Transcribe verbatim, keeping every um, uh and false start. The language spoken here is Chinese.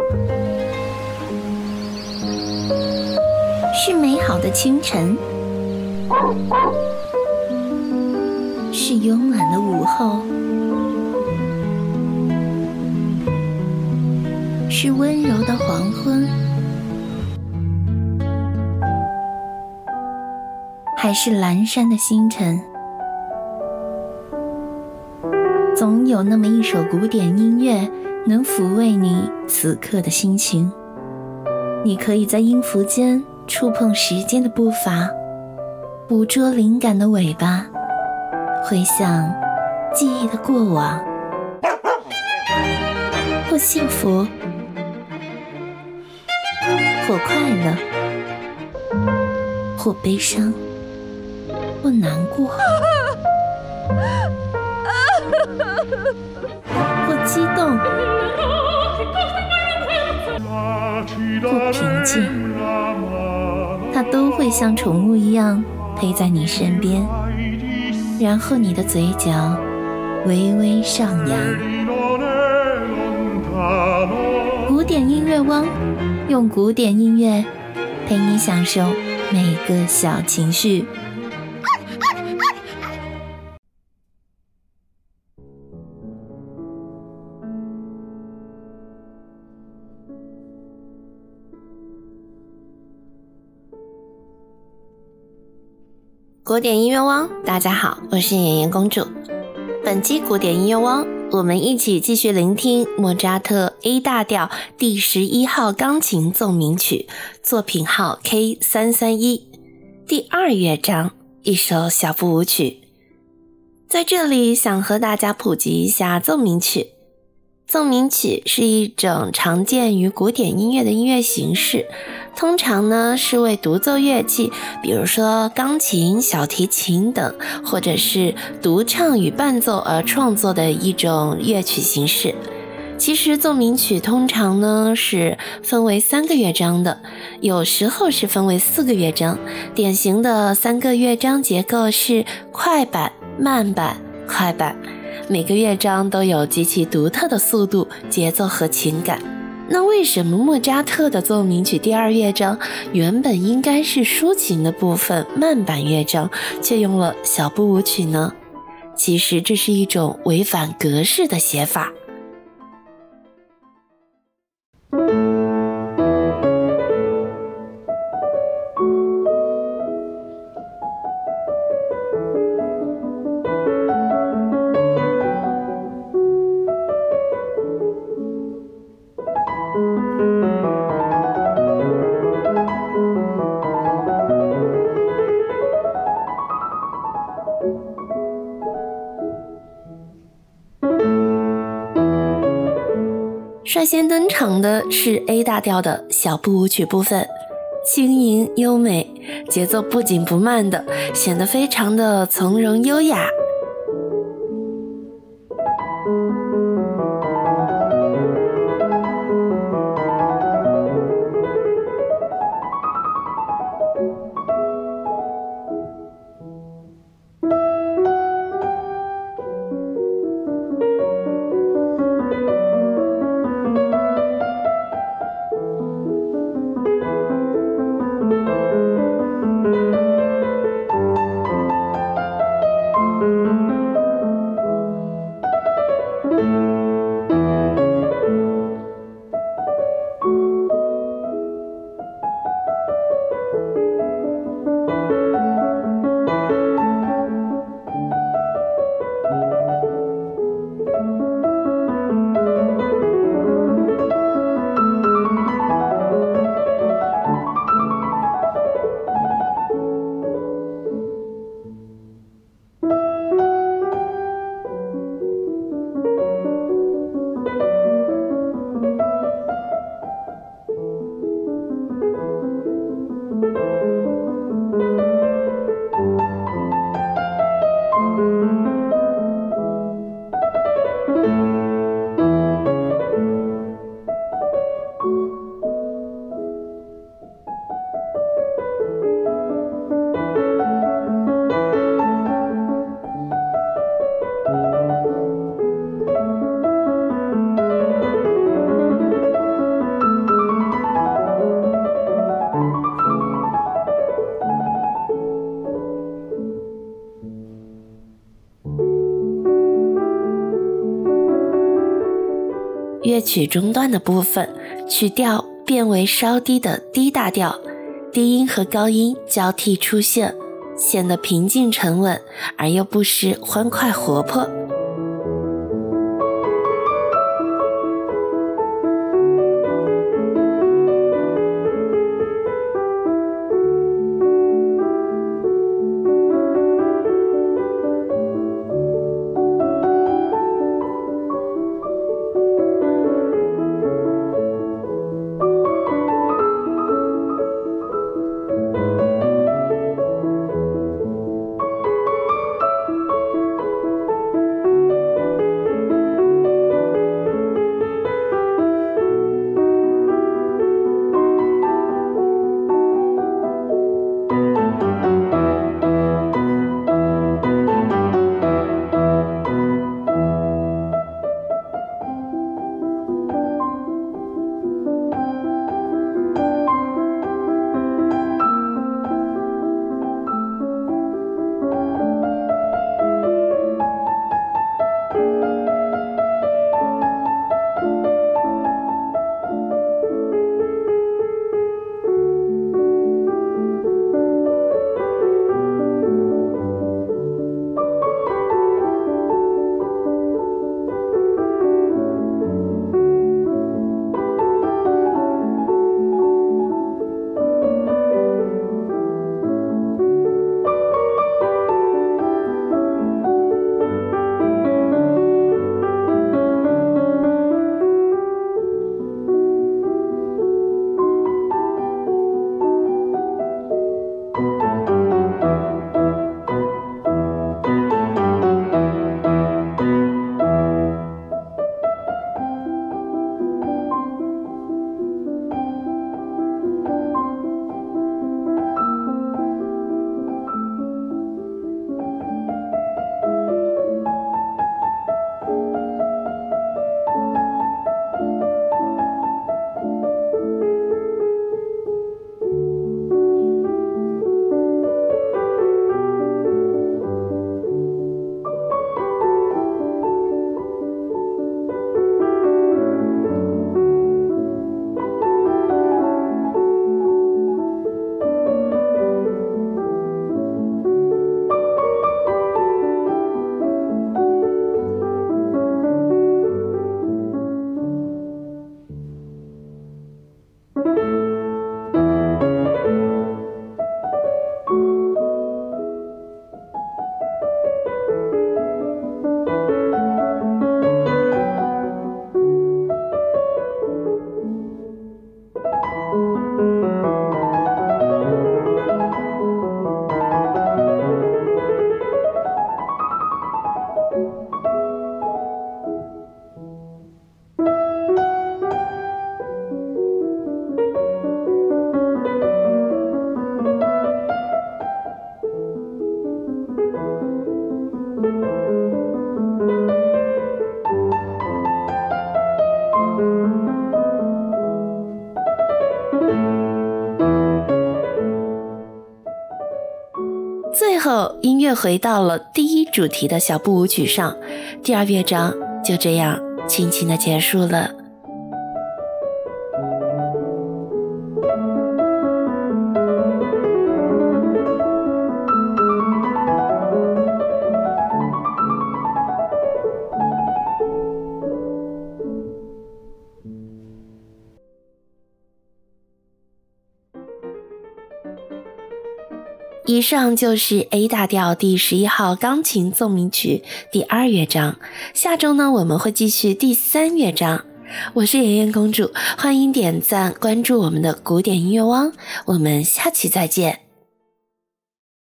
是美好的清晨，是慵懒的午后，是温柔的黄昏，还是阑珊的星辰。总有那么一首古典音乐能抚慰你此刻的心情。你可以在音符间触碰时间的步伐，捕捉灵感的尾巴，回想记忆的过往，或幸福，或快乐，或悲伤，或难过，或激动，或平静，它都会像宠物一样陪在你身边，然后你的嘴角微微上扬。古典音乐汪，用古典音乐陪你享受每个小情绪。古典音乐汪，大家好，我是妍妍公主。本期古典音乐汪，我们一起继续聆听莫扎特 A 大调第十一号钢琴奏鸣曲，作品号 K 三三一，第二乐章，一首小步舞曲。在这里想和大家普及一下奏鸣曲。奏鸣曲是一种常见于古典音乐的音乐形式，通常呢是为独奏乐器，比如说钢琴、小提琴等，或者是独唱与伴奏而创作的一种乐曲形式。其实奏鸣曲通常呢是分为三个乐章的，有时候是分为四个乐章。典型的三个乐章结构是快板、慢板、快板，每个乐章都有极其独特的速度、节奏和情感。那为什么莫扎特的奏鸣曲第二乐章原本应该是抒情的部分慢板乐章，却用了小步舞曲呢？其实这是一种违反格式的写法。率先登场的是 A 大调的小步舞曲部分，轻盈优美，节奏不紧不慢的，显得非常的从容优雅。 乐曲中段的部分，曲调变为稍低的 D 大调，低音和高音交替出现，显得平静沉稳，而又不失欢快活泼。最后，音乐回到了第一主题的小步舞曲上，第二乐章就这样轻轻地结束了。以上就是 A 大调第十一号钢琴奏鸣曲第二乐章，下周呢我们会继续第三乐章。我是妍妍公主，欢迎点赞关注我们的古典音乐汪，我们下期再见。